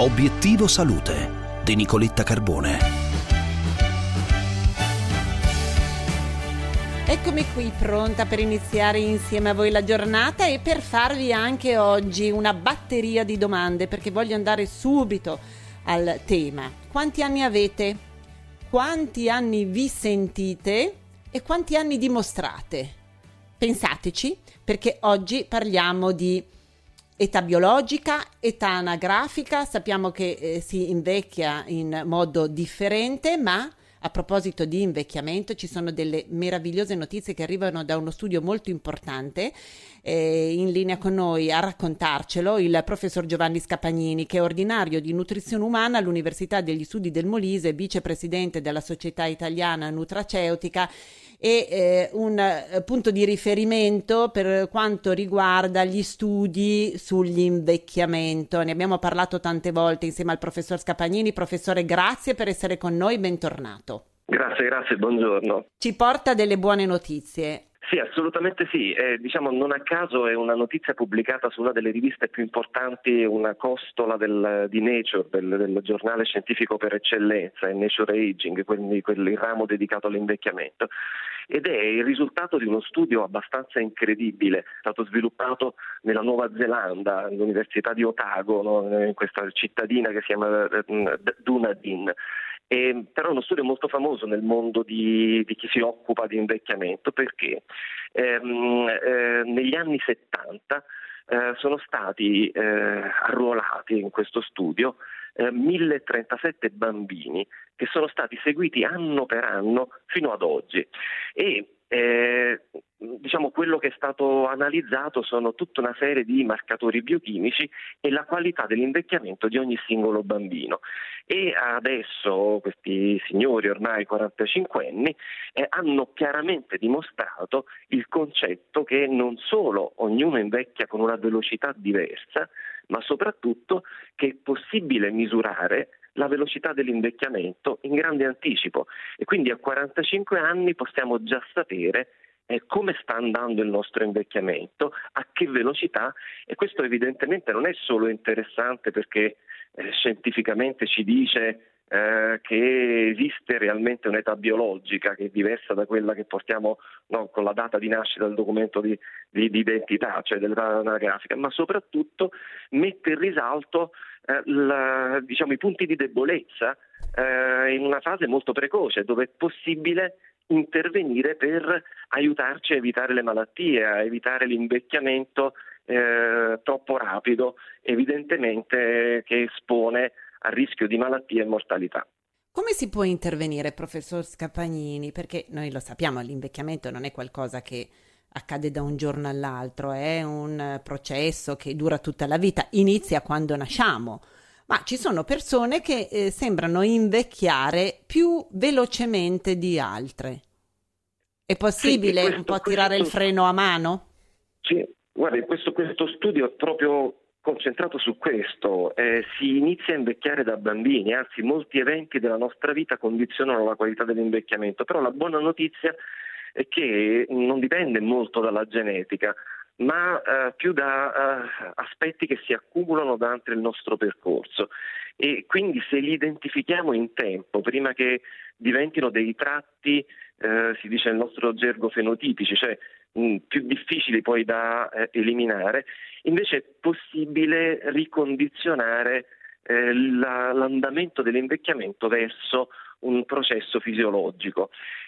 Obiettivo Salute di Nicoletta Carbone. Eccomi qui pronta per iniziare insieme a voi la giornata e per farvi anche oggi una batteria di domande, perché voglio andare subito al tema. Quanti anni avete? Quanti anni vi sentite? E quanti anni dimostrate? Pensateci, perché oggi parliamo di età biologica, età anagrafica. Sappiamo che si invecchia in modo differente, ma a proposito di invecchiamento ci sono delle meravigliose notizie che arrivano da uno studio molto importante. In linea con noi a raccontarcelo il professor Giovanni Scapagnini, che è ordinario di nutrizione umana all'Università degli Studi del Molise, vicepresidente della Società Italiana Nutraceutica e un punto di riferimento per quanto riguarda gli studi sull'invecchiamento. Ne abbiamo parlato tante volte insieme al professor Scapagnini. Professore, grazie per essere con noi, bentornato. Grazie, buongiorno. Ci porta delle buone notizie. Sì, assolutamente sì. Non a caso è una notizia pubblicata su una delle riviste più importanti, una costola di Nature, del giornale scientifico per eccellenza, è Nature Aging, quindi il ramo dedicato all'invecchiamento. Ed è il risultato di uno studio abbastanza incredibile, stato sviluppato nella Nuova Zelanda, all'Università di Otago, no? In questa cittadina che si chiama Dunedin. Però è uno studio molto famoso nel mondo di chi si occupa di invecchiamento, perché negli anni 70 sono stati arruolati in questo studio 1037 bambini che sono stati seguiti anno per anno fino ad oggi e quello che è stato analizzato sono tutta una serie di marcatori biochimici e la qualità dell'invecchiamento di ogni singolo bambino. E adesso questi signori ormai 45 anni hanno chiaramente dimostrato il concetto che non solo ognuno invecchia con una velocità diversa, ma soprattutto che è possibile misurare la velocità dell'invecchiamento in grande anticipo, e quindi a 45 anni possiamo già sapere come sta andando il nostro invecchiamento, a che velocità. E questo evidentemente non è solo interessante perché scientificamente ci dice che esiste realmente un'età biologica che è diversa da quella che portiamo, no, con la data di nascita del documento di identità, cioè dell'età anagrafica, ma soprattutto mette in risalto i punti di debolezza in una fase molto precoce, dove è possibile intervenire per aiutarci a evitare le malattie, a evitare l'invecchiamento troppo rapido, evidentemente che espone a rischio di malattie e mortalità. Come si può intervenire, professor Scapagnini? Perché noi lo sappiamo, l'invecchiamento non è qualcosa che accade da un giorno all'altro, è un processo che dura tutta la vita, inizia quando nasciamo, ma ci sono persone che sembrano invecchiare più velocemente di altre. È possibile un po' tirare il freno a mano? Sì, guardi, questo studio è proprio concentrato su questo. Si inizia a invecchiare da bambini, anzi molti eventi della nostra vita condizionano la qualità dell'invecchiamento, però la buona notizia è che non dipende molto dalla genetica, ma più da aspetti che si accumulano durante il nostro percorso, e quindi se li identifichiamo in tempo, prima che diventino dei tratti, si dice nel nostro gergo fenotipici, cioè più difficili poi da eliminare, invece è possibile ricondizionare l'andamento dell'invecchiamento verso un processo fisiologico,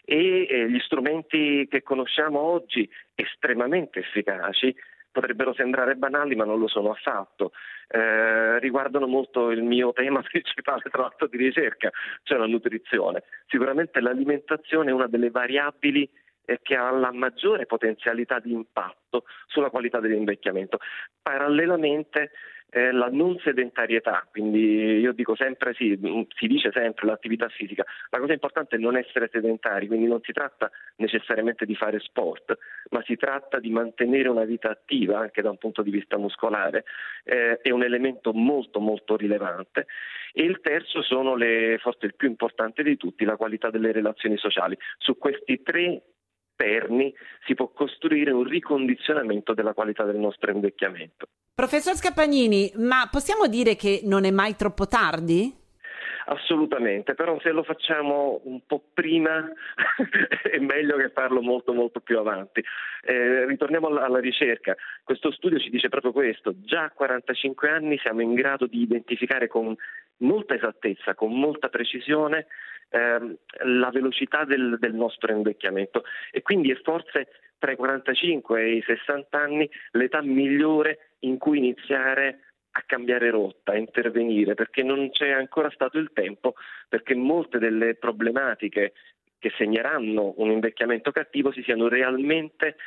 e gli strumenti che conosciamo oggi, estremamente efficaci, potrebbero sembrare banali ma non lo sono affatto. Riguardano molto il mio tema principale, tra l'altro, di ricerca, cioè la nutrizione. Sicuramente l'alimentazione è una delle variabili che ha la maggiore potenzialità di impatto sulla qualità dell'invecchiamento. Parallelamente la non sedentarietà, quindi io dico sempre si dice sempre l'attività fisica, la cosa importante è non essere sedentari, quindi non si tratta necessariamente di fare sport, ma si tratta di mantenere una vita attiva anche da un punto di vista muscolare, è un elemento molto molto rilevante. E il terzo sono forse il più importante di tutti, la qualità delle relazioni sociali. Su questi tre perni si può costruire un ricondizionamento della qualità del nostro invecchiamento. Professor Scapagnini, ma possiamo dire che non è mai troppo tardi? Assolutamente, però se lo facciamo un po' prima è meglio che farlo molto molto più avanti. Ritorniamo alla ricerca. Questo studio ci dice proprio questo: già a 45 anni siamo in grado di identificare con molta esattezza, con molta precisione la velocità del nostro invecchiamento, e quindi è forse tra i 45 e i 60 anni l'età migliore in cui iniziare a cambiare rotta, a intervenire, perché non c'è ancora stato il tempo, perché molte delle problematiche che segneranno un invecchiamento cattivo si siano realmente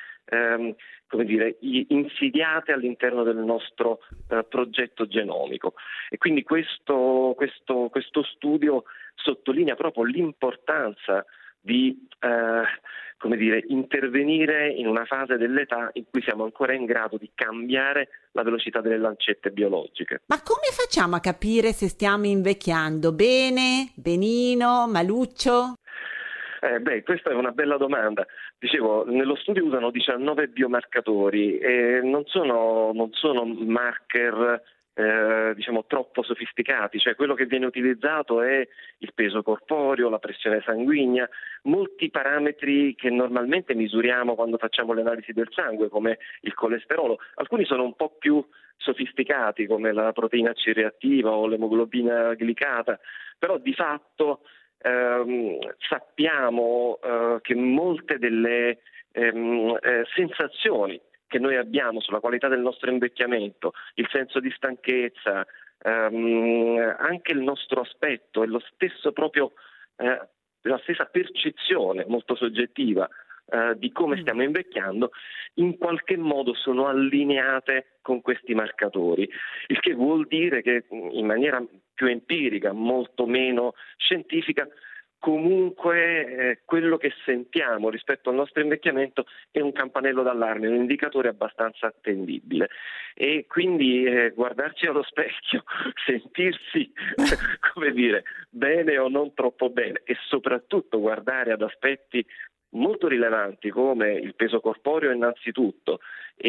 insidiate all'interno del nostro progetto genomico. E quindi questo studio sottolinea proprio l'importanza di intervenire in una fase dell'età in cui siamo ancora in grado di cambiare la velocità delle lancette biologiche. Ma come facciamo a capire se stiamo invecchiando? Bene, benino, maluccio? Questa è una bella domanda. Dicevo, nello studio usano 19 biomarcatori e non sono marker troppo sofisticati, cioè quello che viene utilizzato è il peso corporeo, la pressione sanguigna, molti parametri che normalmente misuriamo quando facciamo le analisi del sangue, come il colesterolo. Alcuni sono un po' più sofisticati, come la proteina C reattiva o l'emoglobina glicata, però di fatto sappiamo che molte delle sensazioni che noi abbiamo sulla qualità del nostro invecchiamento, il senso di stanchezza, anche il nostro aspetto e lo stesso proprio la stessa percezione molto soggettiva di come stiamo invecchiando, in qualche modo sono allineate con questi marcatori, il che vuol dire che in maniera più empirica, molto meno scientifica, comunque quello che sentiamo rispetto al nostro invecchiamento è un campanello d'allarme, un indicatore abbastanza attendibile, e quindi guardarci allo specchio, sentirsi bene o non troppo bene, e soprattutto guardare ad aspetti molto rilevanti come il peso corporeo innanzitutto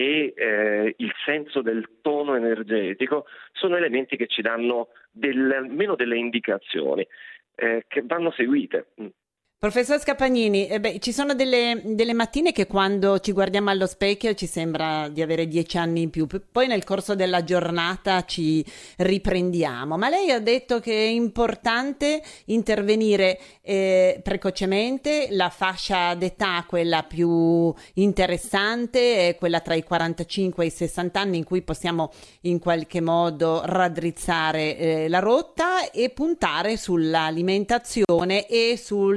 e il senso del tono energetico sono elementi che ci danno almeno delle indicazioni che vanno seguite. Professor Scapagnini, ci sono delle mattine che quando ci guardiamo allo specchio ci sembra di avere 10 anni in più, poi nel corso della giornata ci riprendiamo, ma lei ha detto che è importante intervenire precocemente. La fascia d'età, quella più interessante, è quella tra i 45 e i 60 anni, in cui possiamo in qualche modo raddrizzare la rotta e puntare sull'alimentazione e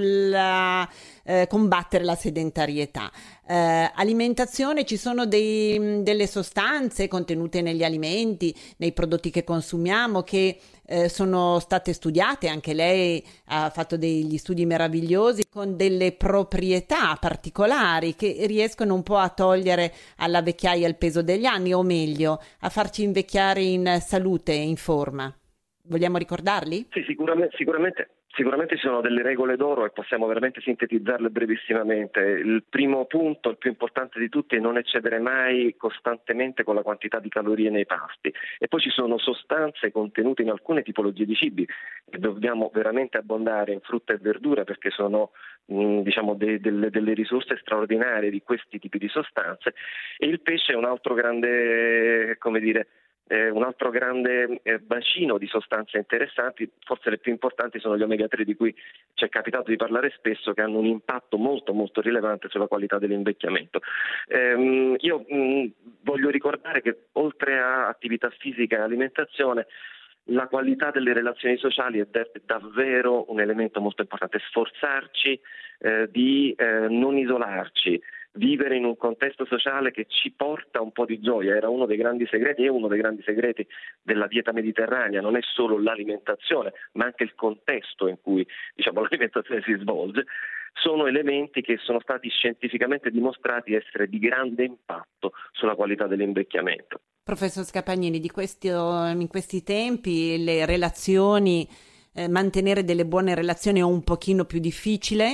combattere la sedentarietà. Alimentazione, ci sono delle sostanze contenute negli alimenti, nei prodotti che consumiamo, che sono state studiate, anche lei ha fatto degli studi meravigliosi con delle proprietà particolari che riescono un po' a togliere alla vecchiaia il peso degli anni, o meglio, a farci invecchiare in salute e in forma. Vogliamo ricordarli? Sì, sicuramente ci sono delle regole d'oro e possiamo veramente sintetizzarle brevissimamente. Il primo punto, il più importante di tutti, è non eccedere mai costantemente con la quantità di calorie nei pasti. E poi ci sono sostanze contenute in alcune tipologie di cibi che dobbiamo veramente abbondare in frutta e verdura, perché sono delle risorse straordinarie di questi tipi di sostanze. E il pesce è un altro grande, bacino di sostanze interessanti. Forse le più importanti sono gli omega 3, di cui ci è capitato di parlare spesso, che hanno un impatto molto molto rilevante sulla qualità dell'invecchiamento. Io voglio ricordare che oltre a attività fisica e alimentazione, la qualità delle relazioni sociali è davvero un elemento molto importante. Sforzarci di non isolarci, vivere in un contesto sociale che ci porta un po' di gioia. È uno dei grandi segreti della dieta mediterranea. Non è solo l'alimentazione, ma anche il contesto in cui l'alimentazione si svolge. Sono elementi che sono stati scientificamente dimostrati essere di grande impatto sulla qualità dell'invecchiamento. Professor Scapagnini, in questi tempi le relazioni, mantenere delle buone relazioni è un pochino più difficile.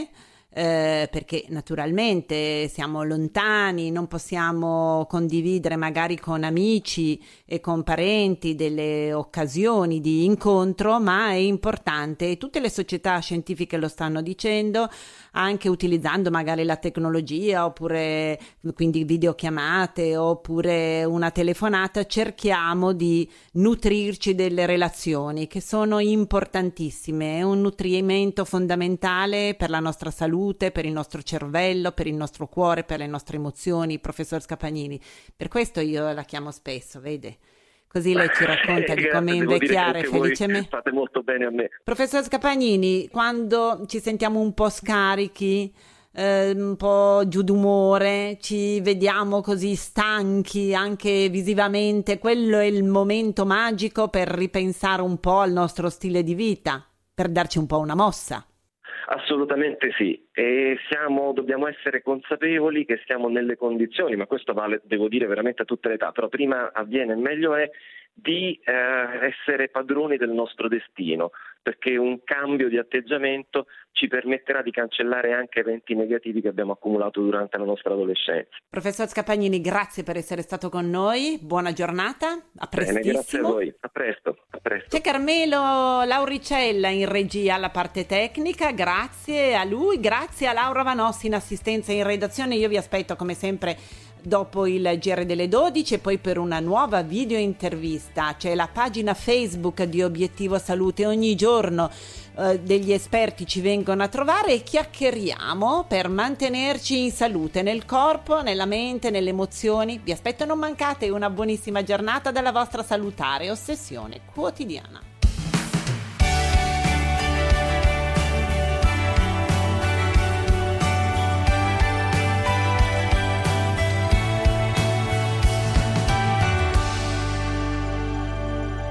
perché naturalmente siamo lontani, non possiamo condividere magari con amici e con parenti delle occasioni di incontro, ma è importante, e tutte le società scientifiche lo stanno dicendo, anche utilizzando magari la tecnologia, oppure quindi videochiamate, oppure una telefonata, cerchiamo di nutrirci delle relazioni che sono importantissime, è un nutrimento fondamentale per la nostra salute, per il nostro cervello, per il nostro cuore, per le nostre emozioni, professor Scapagnini. Per questo io la chiamo spesso, vede? Così lei ci racconta di come invecchiare felicemente. Fate molto bene a me. Professor Scapagnini, quando ci sentiamo un po' scarichi, un po' giù d'umore, ci vediamo così stanchi anche visivamente, quello è il momento magico per ripensare un po' al nostro stile di vita, per darci un po' una mossa. Assolutamente sì, e dobbiamo essere consapevoli che siamo nelle condizioni, ma questo vale, devo dire, veramente a tutte le età, però prima avviene meglio è di essere padroni del nostro destino, perché un cambio di atteggiamento ci permetterà di cancellare anche eventi negativi che abbiamo accumulato durante la nostra adolescenza. Professor Scapagnini, grazie per essere stato con noi, buona giornata, a prestissimo. Bene, grazie a voi, a presto. C'è Carmelo Lauricella in regia alla parte tecnica, grazie a lui, grazie a Laura Vanossi in assistenza e in redazione. Io vi aspetto come sempre dopo il GR delle 12 e poi per una nuova video intervista. C'è la pagina Facebook di Obiettivo Salute, ogni giorno degli esperti ci vengono a trovare e chiacchieriamo per mantenerci in salute nel corpo, nella mente, nelle emozioni. Vi aspetto, non mancate, una buonissima giornata dalla vostra salutare ossessione quotidiana.